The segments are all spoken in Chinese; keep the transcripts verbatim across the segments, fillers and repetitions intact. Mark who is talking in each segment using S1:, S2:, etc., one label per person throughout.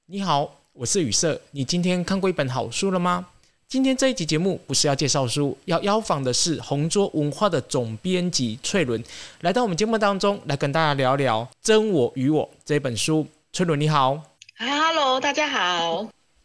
S1: 你好，我是宇色。你今天看过一本好书了吗？今天这一集节目不是要介绍书，要邀访的是红桌文化的总编辑翠伦，来到我们节目当中来跟大家聊聊《真我与我》这本书。翠伦你好。
S2: Hello， 大家好。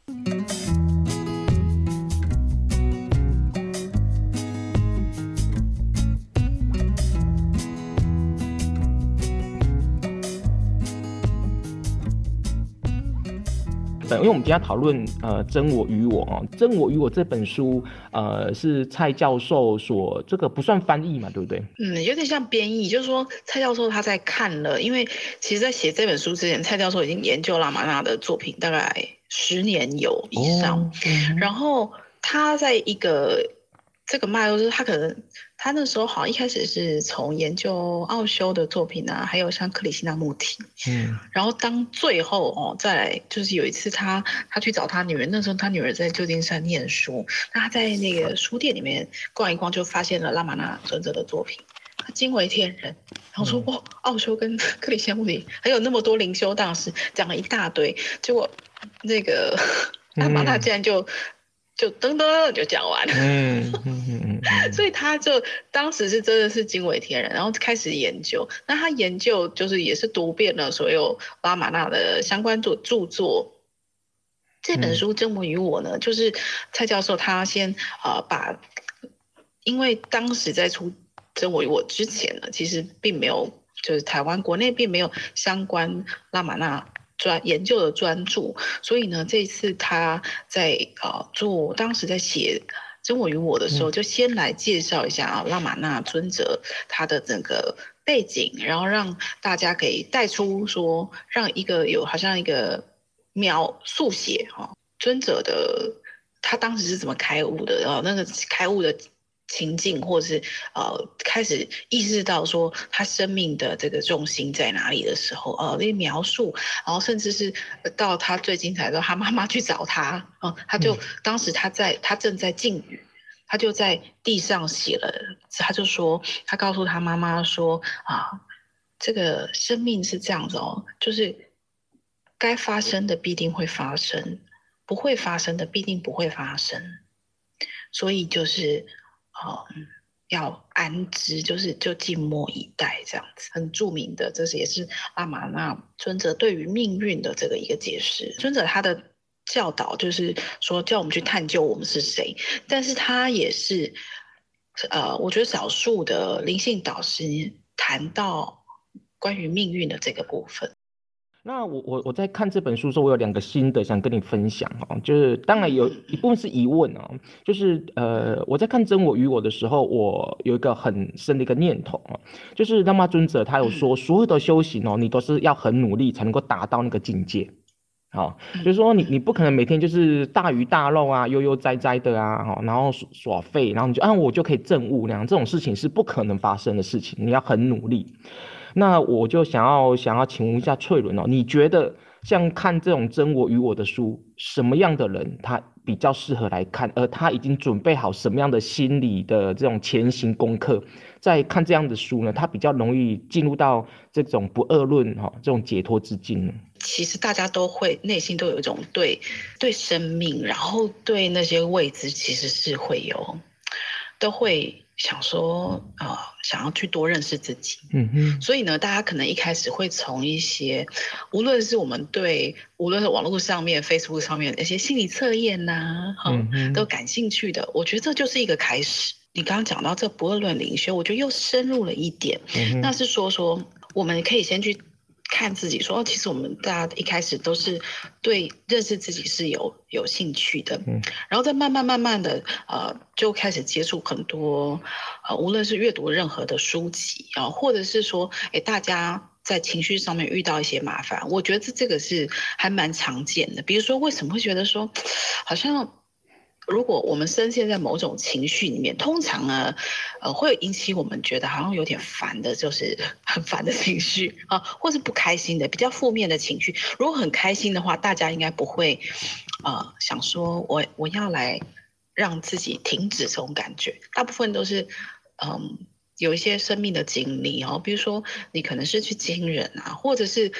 S1: 因为我们今天讨论呃《真我与我》哦，《真我与我》这本书呃是蔡教授所这个不算翻译嘛，对不对？
S2: 嗯，有点像编译，就是说蔡教授他在看了，因为其实在写这本书之前，蔡教授已经研究拉玛那的作品大概十年有以上，哦嗯、然后他在一个这个脉络就是他可能他那时候好像一开始是从研究奥修的作品啊，还有像克里希那穆提，嗯，然后当最后哦再来就是有一次他他去找他女儿，那时候他女儿在旧金山念书，那他在那个书店里面逛一逛，就发现了拉玛那尊者的作品，他惊为天人，然后说哇、嗯哦，奥修跟克里希那穆提还有那么多灵修大师讲了一大堆，结果那个拉玛那竟然就。就噔噔就讲完了，嗯嗯嗯，所以他就当时是真的是惊为天人，然后开始研究。那他研究就是也是读遍了所有拉玛那的相关著著作。这本书《真我与我》呢，就是蔡教授他先呃把，因为当时在出《真我与我》之前呢，其实并没有，就是台湾国内并没有相关拉玛那。专研究的专著，所以呢，这一次他在呃做当时在写《真我与我》的时候，就先来介绍一下啊拉玛那尊者他的整个背景，然后让大家给带出说，让一个有好像一个描速写哈、哦、尊者的他当时是怎么开悟的，然后那个开悟的。情境，或是呃开始意识到说他生命的这个重心在哪里的时候，呃，那些描述，然后甚至是到他最精彩的时候，他妈妈去找他，啊、呃，他就、嗯、当时他在他正在禁语，他就在地上写了，他就说，他告诉他妈妈说啊，这个生命是这样子哦，就是该发生的必定会发生，不会发生的必定不会发生，所以就是。嗯，要安知，就是就静默以待这样子，很著名的，这是也是拉玛那尊者对于命运的这个一个解释。尊者他的教导就是说，叫我们去探究我们是谁，但是他也是，呃，我觉得少数的灵性导师谈到关于命运的这个部分。
S1: 那我我我在看这本书的时候，我有两个心得想跟你分享哦，就是当然有一部分是疑问哦，就是呃我在看真我与我的时候，我有一个很深的一个念头哦，就是拉玛尊者他有说，所有的修行哦，你都是要很努力才能够达到那个境界。好，就是说你你不可能每天就是大鱼大肉啊，悠悠哉哉的啊，然后耍废，然后你就啊我就可以证悟那样，这种事情是不可能发生的事情，你要很努力。那我就想要想要请问一下翠伦哦，你觉得像看这种真我与我的书，什么样的人他比较适合来看？而他已经准备好什么样的心理的这种前行功课，在看这样的书呢？他比较容易进入到这种不二论哈、哦、这种解脱之境呢？
S2: 其实大家都会内心都有一种对对生命，然后对那些未知，其实是会有都会。想说呃，想要去多认識自己，嗯哼，所以呢，大家可能一开始会从一些，無論是我們對，無論是網絡上面、Facebook 上面的一些心理測驗呐、啊，嗯哼，都感興趣的，我覺得這就是一個開始。你剛剛講到這不二論靈修，我覺得又深入了一點，嗯、那是說說我們可以先去。看自己說，其實我們大家一開始都是對認識自己是有有興趣的，嗯，然後再慢慢慢慢的，呃，就開始接觸很多，呃，無論是閱讀任何的書籍啊，或者是說，誒，大家在情緒上面遇到一些麻煩，我覺得這個是還蠻常見的。比如說，為什麼會覺得說，好像如果我們深陷在某種情緒裡面，通常呢，呃，會引起我們覺得好像有點煩的，就是很煩的情緒啊，或是不開心的，比較負面的情緒。如果很開心的話，大家應該不會，呃，想說我我要來讓自己停止這種感覺。大部分都是，嗯，有一些生命的經歷哦，比如說你可能是去親人啊，或者是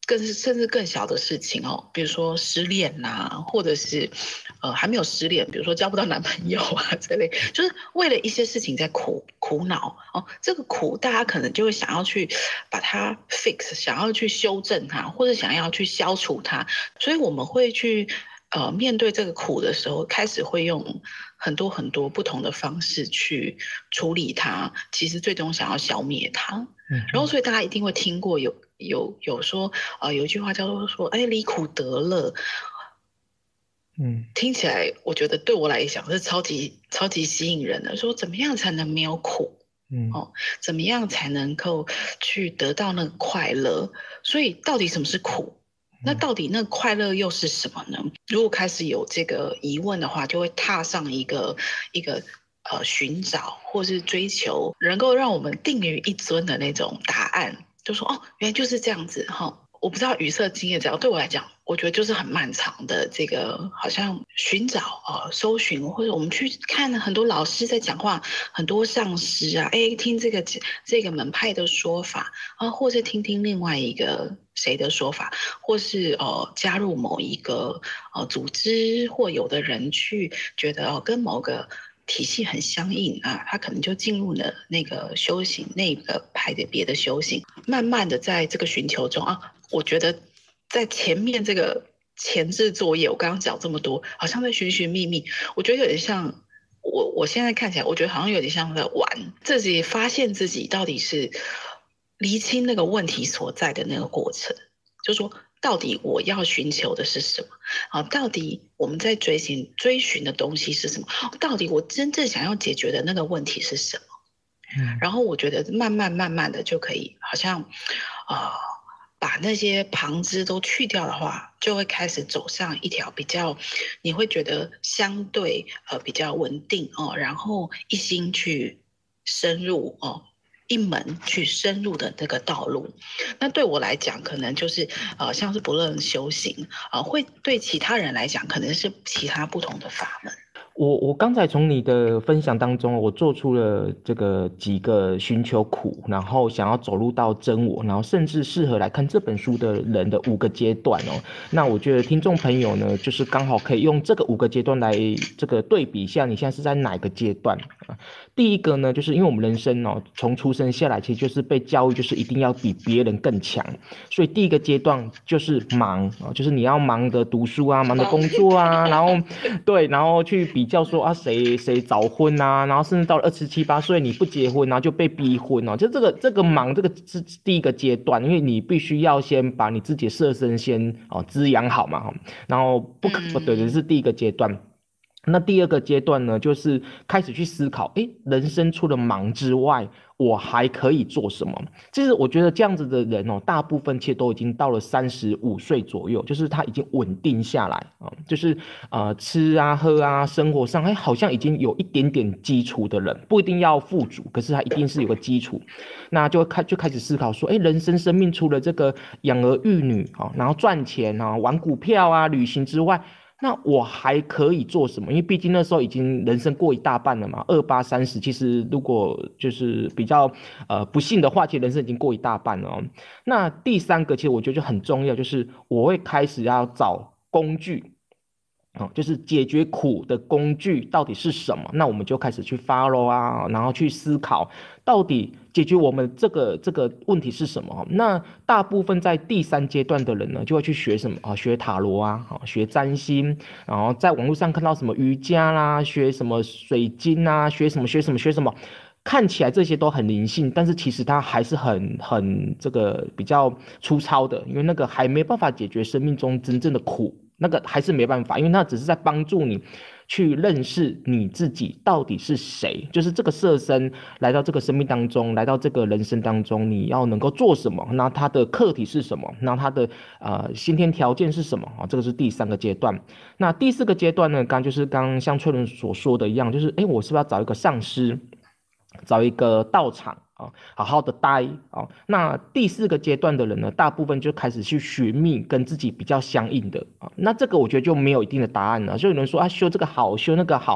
S2: 更是甚至更小的事情哦，比如说失恋呐，或者是呃还没有失恋，比如说交不到男朋友啊之类，就是为了一些事情在苦苦恼哦。这个苦大家可能就会想要去把它 fix， 想要去修正它，或者想要去消除它，所以我们会去呃面对这个苦的时候，开始会用很多很多不同的方式去处理它，其实最终想要消灭它。嗯、然后所以大家一定会听过有有有说呃有一句话叫做说，哎，离苦得乐。嗯，听起来我觉得对我来讲是超级超级吸引人的。说怎么样才能没有苦？嗯，哦，怎么样才能够去得到那个快乐？所以到底什么是苦？那到底那快乐又是什么呢？如果开始有这个疑问的话，就会踏上一个一个呃寻找或是追求能够让我们定于一尊的那种答案。就说哦，原来就是这样子哈、哦。我不知道语色经验怎样，对我来讲，我觉得就是很漫长的这个好像寻找啊、呃、搜寻，或者我们去看很多老师在讲话，很多上师啊，哎，听这个这个门派的说法啊，或是听听另外一个谁的说法，或是呃加入某一个呃组织，或有的人去觉得哦、呃、跟某个体系很相应啊，他可能就进入了那个修行，那个派的别的修行，慢慢的在这个寻求中啊，我觉得在前面这个前置作业，我刚刚讲这么多，好像在寻寻觅觅，我觉得有点像我我现在看起来，我觉得好像有点像在玩自己，发现自己到底是厘清那个问题所在的那个过程，就是说。到底我要寻求的是什么？啊，到底我们在追寻追寻的东西是什么？到底我真正想要解决的那个问题是什么？嗯、然后我觉得慢慢慢慢的就可以，好像啊、呃，把那些旁枝都去掉的话，就会开始走上一条比较，你会觉得相对呃比较稳定哦，然后一心去深入哦。一门去深入的这个道路，那对我来讲，可能就是呃，像是不论修行啊、呃，会对其他人来讲，可能是其他不同的法门。
S1: 我我刚才从你的分享当中，我做出了这个几个寻求苦，然后想要走入到真我，然后甚至适合来看这本书的人的五个阶段哦。那我觉得听众朋友呢，就是刚好可以用这个五个阶段来这个对比一下，你现在是在哪个阶段啊？第一个呢，就是因为我们人生哦，从出生下来，其实就是被教育，就是一定要比别人更强，所以第一个阶段就是忙啊，就是你要忙着读书啊，忙着工作啊，然后对，然后去比较说啊谁谁早婚啊，然后甚至到了二十七八岁你不结婚，然后就被逼婚哦，就这个这个忙这个是第一个阶段，因为你必须要先把你自己的色身先哦滋养好嘛，然后不可不对，这是第一个阶段。那第二个阶段呢，就是开始去思考，诶，人生除了忙之外，我还可以做什么？其实我觉得这样子的人哦，大部分其实都已经到了三十五岁左右，就是他已经稳定下来啊、哦，就是呃吃啊喝啊，生活上哎好像已经有一点点基础的人，不一定要富足，可是他一定是有个基础，那就开就开始思考说，哎，人生生命除了这个养儿育女啊、哦，然后赚钱啊、玩股票啊、旅行之外。那我还可以做什么？因为毕竟那时候已经人生过一大半了嘛，二八三十，其实如果就是比较呃不幸的话，其实人生已经过一大半了哦。那第三个其实我觉得就很重要，就是我会开始要找工具。哦，就是解决苦的工具到底是什么？那我们就开始去 follow 啊，然后去思考到底解决我们这个这个问题是什么？那大部分在第三阶段的人呢，就会去学什么啊？学塔罗啊，学占星，然后在网络上看到什么瑜伽啦，学什么水晶啊，学什么学什么学什么。看起来这些都很灵性，但是其实它还是很很这个比较粗糙的，因为那个还没办法解决生命中真正的苦。那个还是没办法，因为那只是在帮助你去认识你自己到底是谁，就是这个色身来到这个生命当中，来到这个人生当中，你要能够做什么？那它的课题是什么？那它的呃先天条件是什么？啊，这个是第三个阶段。那第四个阶段呢？刚就是刚像翠伦所说的一样，就是哎，我是不是要找一个上师，找一个道场？啊，好好的待啊。那第四个阶段的人呢，大部分就开始去寻觅跟自己比较相应的啊。那这个我觉得就没有一定的答案了。就有人说啊，修这个好，修那个好，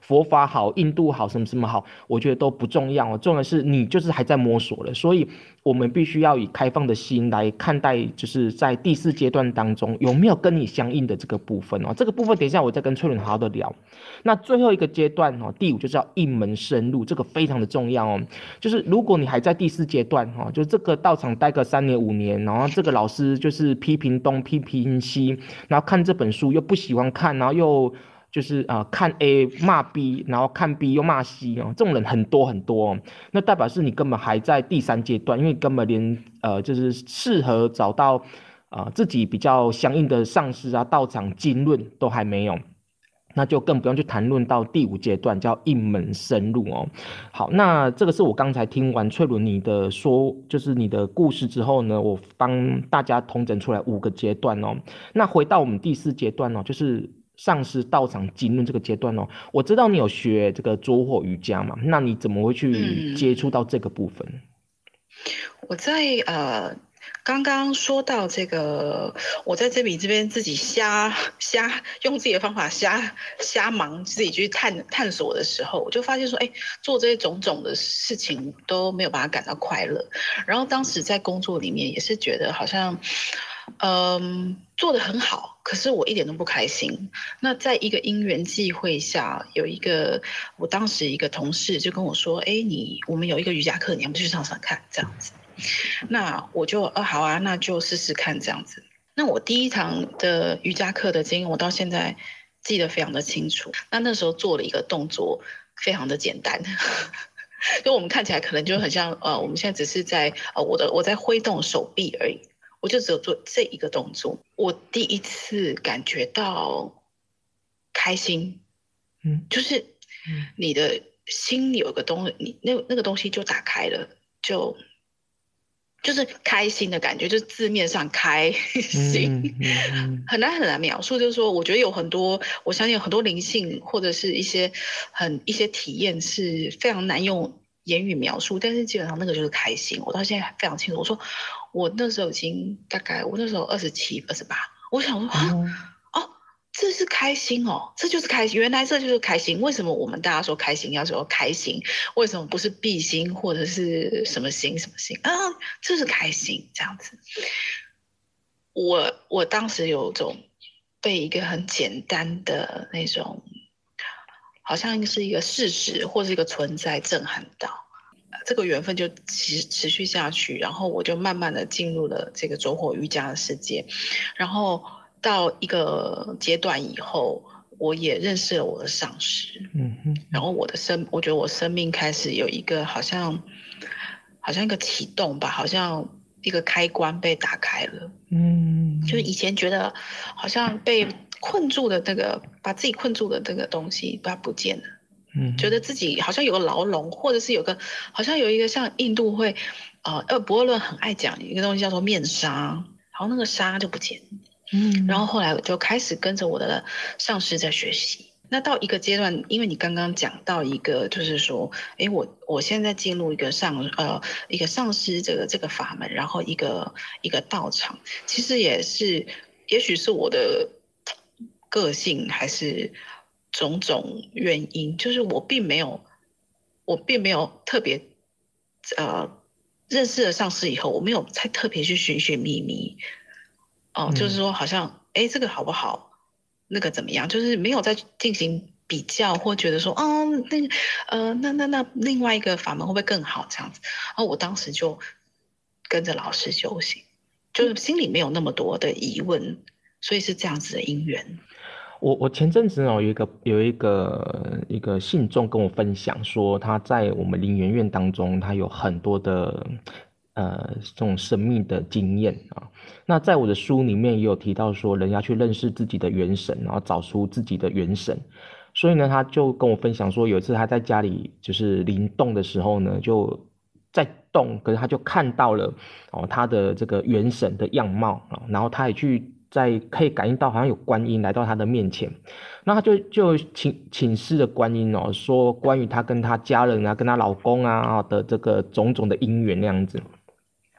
S1: 佛法好、印度好、什么什么好，我觉得都不重要哦。重要的是你就是还在摸索了，所以我们必须要以开放的心来看待，就是在第四阶段当中有没有跟你相应的这个部分哦。这个部分等一下我再跟翠伦好好的聊。那最后一个阶段哦，第五就是要一门深入，这个非常的重要哦。就是如果你还在第四阶段哦，就这个道场待个三年五年，然后这个老师就是批评东批评西，然后看这本书又不喜欢看，然后又就是呃看 A 骂 B，然后看 B 又骂 C 哦，这种人很多很多哦，那代表是你根本还在第三阶段，因为根本连呃就是适合找到呃自己比较相应的上师啊、道场经论都还没有。那就更不用去谈论到第五阶段叫一门深入哦。好，那这个是我刚才听完翠伦你的说，就是你的故事之后呢，我帮大家统整出来五个阶段哦。那回到我们第四阶段哦，就是上师道场经论这个阶段哦。我知道你有学这个着火瑜伽嘛，那你怎么会去接触到这个部分？
S2: 嗯、我在呃。刚刚说到这个，我在这里这边自己瞎瞎用自己的方法瞎瞎忙，自己去探探索的时候，我就发现说，哎，做这些种种的事情都没有把它感到快乐。然后当时在工作里面也是觉得好像，嗯，做得很好，可是我一点都不开心。那在一个因缘际会下，有一个我当时一个同事就跟我说，哎，你我们有一个瑜伽课，你要不去上上看？这样子。那我就呃好啊，那就试试看这样子。那我第一堂的瑜伽课的经验，我到现在记得非常的清楚。那那时候做了一个动作，非常的简单，就我们看起来可能就很像呃，我们现在只是在呃我的我在挥动手臂而已，我就只有做这一个动作。我第一次感觉到开心，嗯，就是你的心里有个东西，你那那个东西就打开了，就。就是开心的感觉，就是字面上开心，嗯嗯嗯、很难很难描述。就是说，我觉得有很多，我相信有很多灵性或者是一些很一些体验是非常难用言语描述，但是基本上那个就是开心。我到现在非常清楚。我说我那时候已经大概我那时候二十七、二十八，我想说啊。嗯这是开心哦，这就是开心。原来这就是开心。为什么我们大家说开心要说开心？为什么不是闭心或者是什么心什么心啊？这是开心这样子。我我当时有种被一个很简单的那种，好像是一个事实或是一个存在震撼到。这个缘分就持持续下去，然后我就慢慢的进入了这个走火瑜伽的世界，然后。到一个阶段以后，我也认识了我的上师，嗯哼，然后我的生，我觉得我生命开始有一个好像，好像一个启动吧，好像一个开关被打开了，嗯，就是以前觉得好像被困住的那个，把自己困住的那个东西，把它不见了，嗯，觉得自己好像有个牢笼，或者是有个好像有一个像印度会，呃，呃，博尔论很爱讲一个东西叫做面纱，然后那个纱就不见了。嗯，然后后来我就开始跟着我的上师在学习。那到一个阶段，因为你刚刚讲到一个，就是说，哎，我我现在进入一个上呃一个上师这个这个法门，然后一个一个道场，其实也是，也许是我的个性还是种种原因，就是我并没有，我并没有特别呃认识了上师以后，我没有再特别去寻寻觅觅。哦，就是说，好像哎，这个好不好？那个怎么样？就是没有在进行比较，或觉得说，哦，那个，呃，那那那另外一个法门会不会更好？这样子，然后我当时就跟着老师修行，就是心里没有那么多的疑问，所以是这样子的因缘。
S1: 我我前阵子哦，有一个有一个一个信众跟我分享说，他在我们灵源院当中，他有很多的。呃，这种生命的经验啊，那在我的书里面也有提到说，人要去认识自己的元神，然后找出自己的元神。所以呢，他就跟我分享说，有一次他在家里就是灵动的时候呢，就在动，可是他就看到了哦，他的这个元神的样貌啊，然后他也去在可以感应到好像有观音来到他的面前，那他就就请请示了观音哦，说关于他跟他家人啊、跟他老公啊的这个种种的因缘那样子。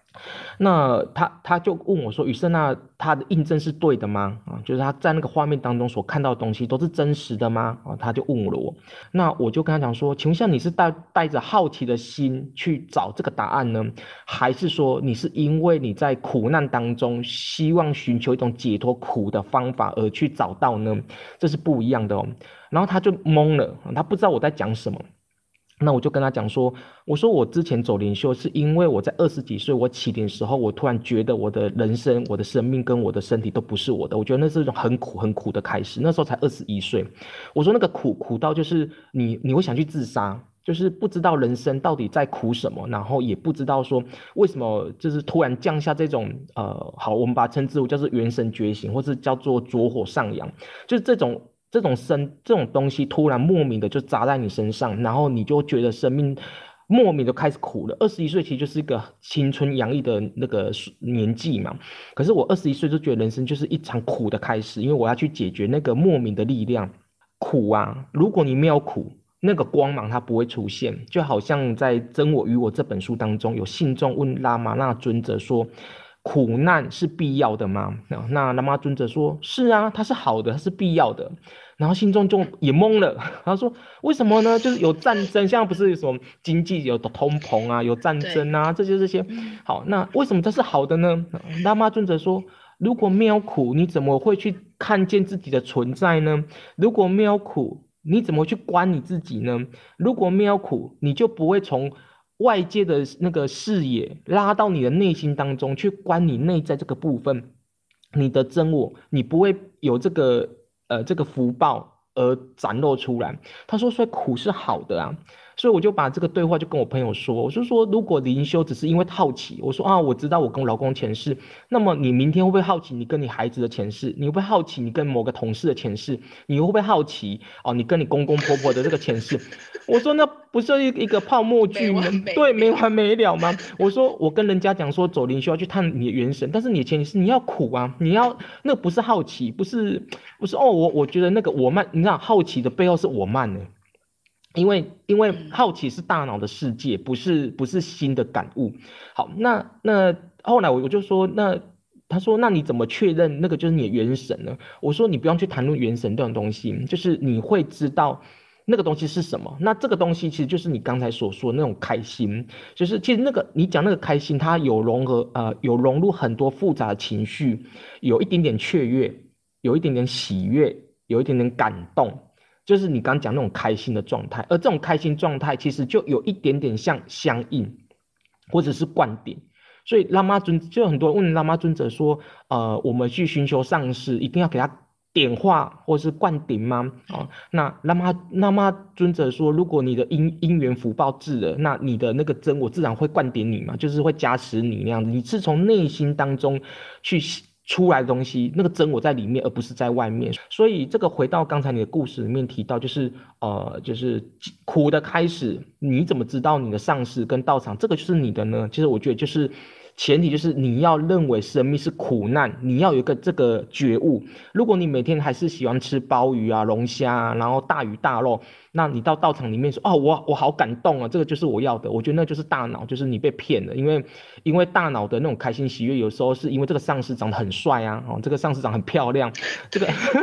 S1: 那他他就问我说：“雨生，那他的印证是对的吗？啊，就是他在那个画面当中所看到的东西都是真实的吗？”啊，他就问了我。那我就跟他讲说：“请问一下，你是带带着好奇的心去找这个答案呢，还是说你是因为你在苦难当中希望寻求一种解脱苦的方法而去找到呢？这是不一样的哦。”然后他就懵了，他不知道我在讲什么。那我就跟他讲说，我说我之前走灵修是因为我在二十几岁我起灵的时候，我突然觉得我的人生、我的生命跟我的身体都不是我的，我觉得那是一种很苦很苦的开始。那时候才二十一岁，我说那个苦苦到就是你你会想去自杀，就是不知道人生到底在苦什么，然后也不知道说为什么就是突然降下这种呃，好，我们把它称之为叫做元神觉醒，或是叫做浊火上扬，就是这种。这种生这种东西突然莫名的就砸在你身上，然后你就觉得生命莫名的开始苦了。二十一岁其实就是一个青春洋溢的那个年纪嘛，可是我二十一岁就觉得人生就是一场苦的开始，因为我要去解决那个莫名的力量。苦啊，如果你没有苦，那个光芒它不会出现。就好像在《真我与我》这本书当中，有信众问拉玛那尊者说，苦难是必要的吗？那拉玛尊者说，是啊，它是好的，它是必要的。然后信众就也懵了，他说为什么呢？就是有战争，现在不是有什么经济有通膨啊，有战争啊，这些这些。好，那为什么这是好的呢？拉玛尊者说，如果没有苦，你怎么会去看见自己的存在呢？如果没有苦，你怎么去观你自己呢？如果没有苦，你就不会从外界的那个视野拉到你的内心当中去观你内在这个部分，你的真我，你不会有这个呃这个福报而展露出来。他说，所以苦是好的啊。所以我就把这个对话就跟我朋友说，我就说，如果灵修只是因为好奇，我说啊，我知道我跟我老公前世，那么你明天会不会好奇你跟你孩子的前世？你会不会好奇你跟某个同事的前世？你会不会好奇哦，你跟你公公婆婆的这个前世？我说那不是一个泡沫剧吗？对，没完没了吗？我说我跟人家讲说走灵修要去探你的元神，但是你的前提是你要苦啊，你要那不是好奇，不是不是哦，我我觉得那个我慢，你知道好奇的背后是我慢呢。因为因为好奇是大脑的世界，不是不是新的感悟。好，那那后来我我就说，那他说那你怎么确认那个就是你的元神呢？我说你不用去谈论元神这种东西，就是你会知道那个东西是什么。那这个东西其实就是你刚才所说的那种开心，就是其实那个你讲那个开心，它有融合呃有融入很多复杂的情绪，有一点点雀跃，有一点点喜悦，有一点点感动。就是你刚讲那种开心的状态，而这种开心状态其实就有一点点像相应，或者是灌顶。所以拉玛尊就很多人问拉玛尊者说，呃，我们去寻求上师，一定要给他点化或是灌顶吗？哦，那拉玛拉玛尊者说，如果你的因因缘福报至了，那你的那个真我自然会灌顶你嘛，就是会加持你那样子。你是从内心当中去出来的东西，那个真我在里面，而不是在外面。所以这个回到刚才你的故事里面提到，就是呃，就是苦的开始，你怎么知道你的上师跟道场这个就是你的呢？其实我觉得就是前提就是你要认为生命是苦难，你要有一个这个觉悟。如果你每天还是喜欢吃鲍鱼啊、龙虾啊，然后大鱼大肉，那你到道场里面说哦，我我好感动啊，这个就是我要的。我觉得那就是大脑，就是你被骗了，因为因为大脑的那种开心喜悦，有时候是因为这个上司长得很帅啊，哦，这个上司长很漂亮，这个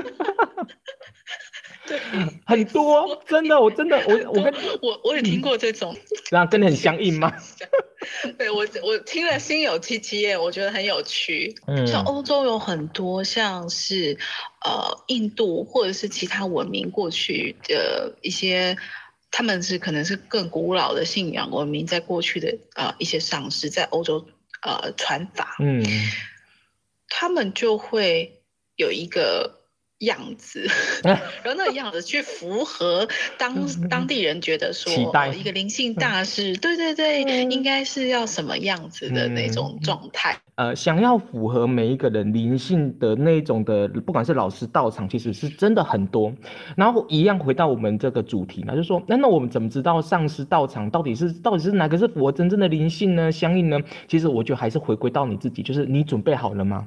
S2: 对，
S1: 很多，真的，我真的，我我跟
S2: 我我也听过这种，
S1: 然后跟你很相应吗？
S2: 对，我我听了心有戚戚耶，我觉得很有趣。嗯，像欧洲有很多像是呃印度或者是其他文明过去的一些，他们是可能是更古老的信仰文明，在过去的呃一些上师在欧洲呃传法，嗯，他们就会有一个样子，然后那个样子去符合当当地人觉得说，哦，一个灵性大师，嗯，对对对，嗯，应该是要什么样子的那种状态。
S1: 呃，想要符合每一个人灵性的那种的，不管是老师道场，其实是真的很多。然后一样回到我们这个主题嘛，就是说，那那我们怎么知道上师道场到底是到底是哪个是符合真正的灵性呢？相应呢？其实我觉得还是回归到你自己，就是你准备好了吗？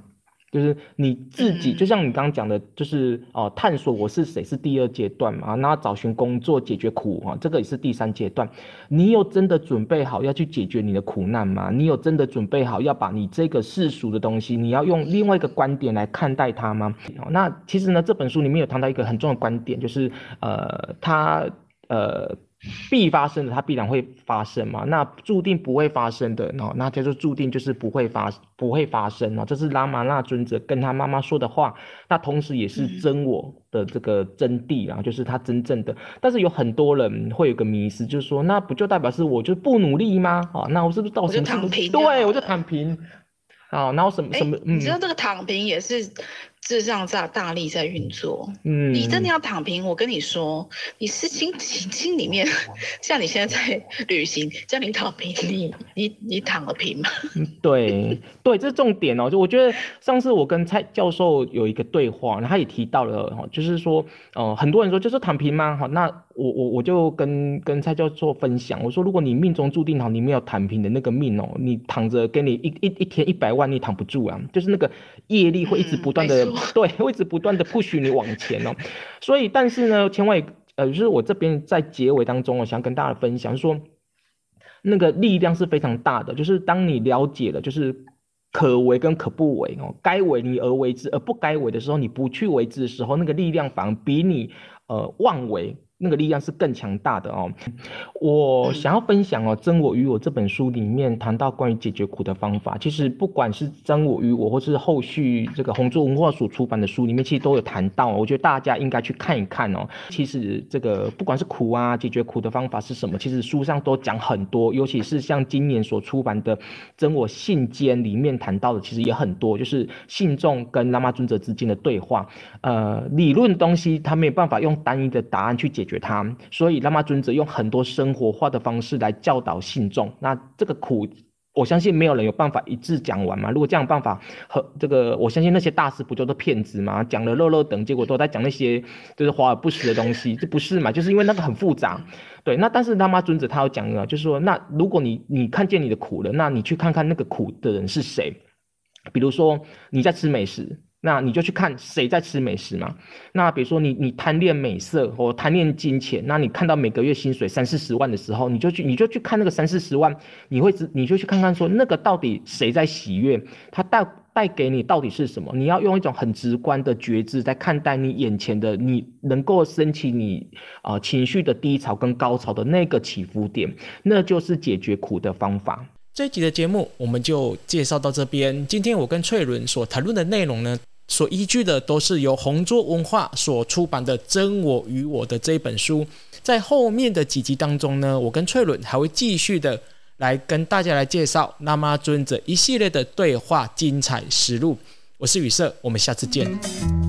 S1: 就是你自己，就像你刚刚讲的，就是哦、呃，探索我是谁是第二阶段嘛，然后找寻工作解决苦啊、哦，这个也是第三阶段。你有真的准备好要去解决你的苦难吗？你有真的准备好要把你这个世俗的东西，你要用另外一个观点来看待它吗？哦、那其实呢，这本书里面有谈到一个很重要的观点，就是呃，它呃。必发生的，它必然会发生嘛？那注定不会发生的，哦、那叫做注定就是不会发不会发生哦。这是拉玛那尊者跟他妈妈说的话，那同时也是真我的这个真谛啊，就是他真正的。但是有很多人会有个迷思，就是说，那不就代表是我就不努力吗？啊，那我是不是造成
S2: 躺平？
S1: 对，我就躺平。啊，然后什么什么，
S2: 嗯，你知道这个躺平也是智障大大力在运作。
S1: 嗯，
S2: 你真的要躺平，我跟你说，你是心心里面，像你现在在旅行，叫你躺平，你你你躺了平吗？
S1: 对对，这是重点哦。就我觉得上次我跟蔡教授有一个对话，他也提到了，就是说，呃，很多人说就是躺平吗？好，那我我我就跟跟蔡教授分享，我说如果你命中注定好，你没有躺平的那个命哦，你躺着给你一一一天一百万，你躺不住啊，就是那个业力会一直不断的、嗯、对，会一直不断的 push 你往前哦。所以，但是呢，千万呃，就是我这边在结尾当中，我想跟大家分享说。那个力量是非常大的，就是当你了解了，就是可为跟可不为哦，该为你而为之，而不该为的时候，你不去为之的时候，那个力量反而比你呃妄为那个力量是更强大的哦。我想要分享哦，《真我与我》这本书里面谈到关于解决苦的方法，其实不管是《真我与我》或是后续这个红桌文化所出版的书里面，其实都有谈到、哦。我觉得大家应该去看一看哦。其实这个不管是苦啊，解决苦的方法是什么，其实书上都讲很多，尤其是像今年所出版的《真我信笺》里面谈到的，其实也很多，就是信众跟拉玛尊者之间的对话。呃，理论的东西他没有办法用单一的答案去解决。解决它，所以拉玛尊者用很多生活化的方式来教导信众。那这个苦，我相信没有人有办法一致讲完嘛。如果这样的办法和这个，我相信那些大师不就是骗子嘛？讲了乐乐等，结果都在讲那些就是华而不实的东西，这不是嘛？就是因为那个很复杂。对，那但是拉玛尊者他有讲了，就是说，那如果你你看见你的苦了，那你去看看那个苦的人是谁。比如说你在吃美食。那你就去看谁在吃美食嘛。那比如说你你贪恋美色或贪恋金钱，那你看到每个月薪水三四十万的时候，你就去你就去看那个三四十万，你会你就去看看说那个到底谁在喜悦，他带带给你到底是什么？你要用一种很直观的觉知在看待你眼前的，你能够升起你啊、呃、情绪的低潮跟高潮的那个起伏点，那就是解决苦的方法。
S3: 这一集的节目我们就介绍到这边。今天我跟翠伦所谈论的内容呢，所依据的都是由红桌文化所出版的《真我与我》的这一本书。在后面的几集当中呢，我跟翠伦还会继续的来跟大家来介绍拉玛尊者一系列的对话精彩实录。我是宇色，我们下次见。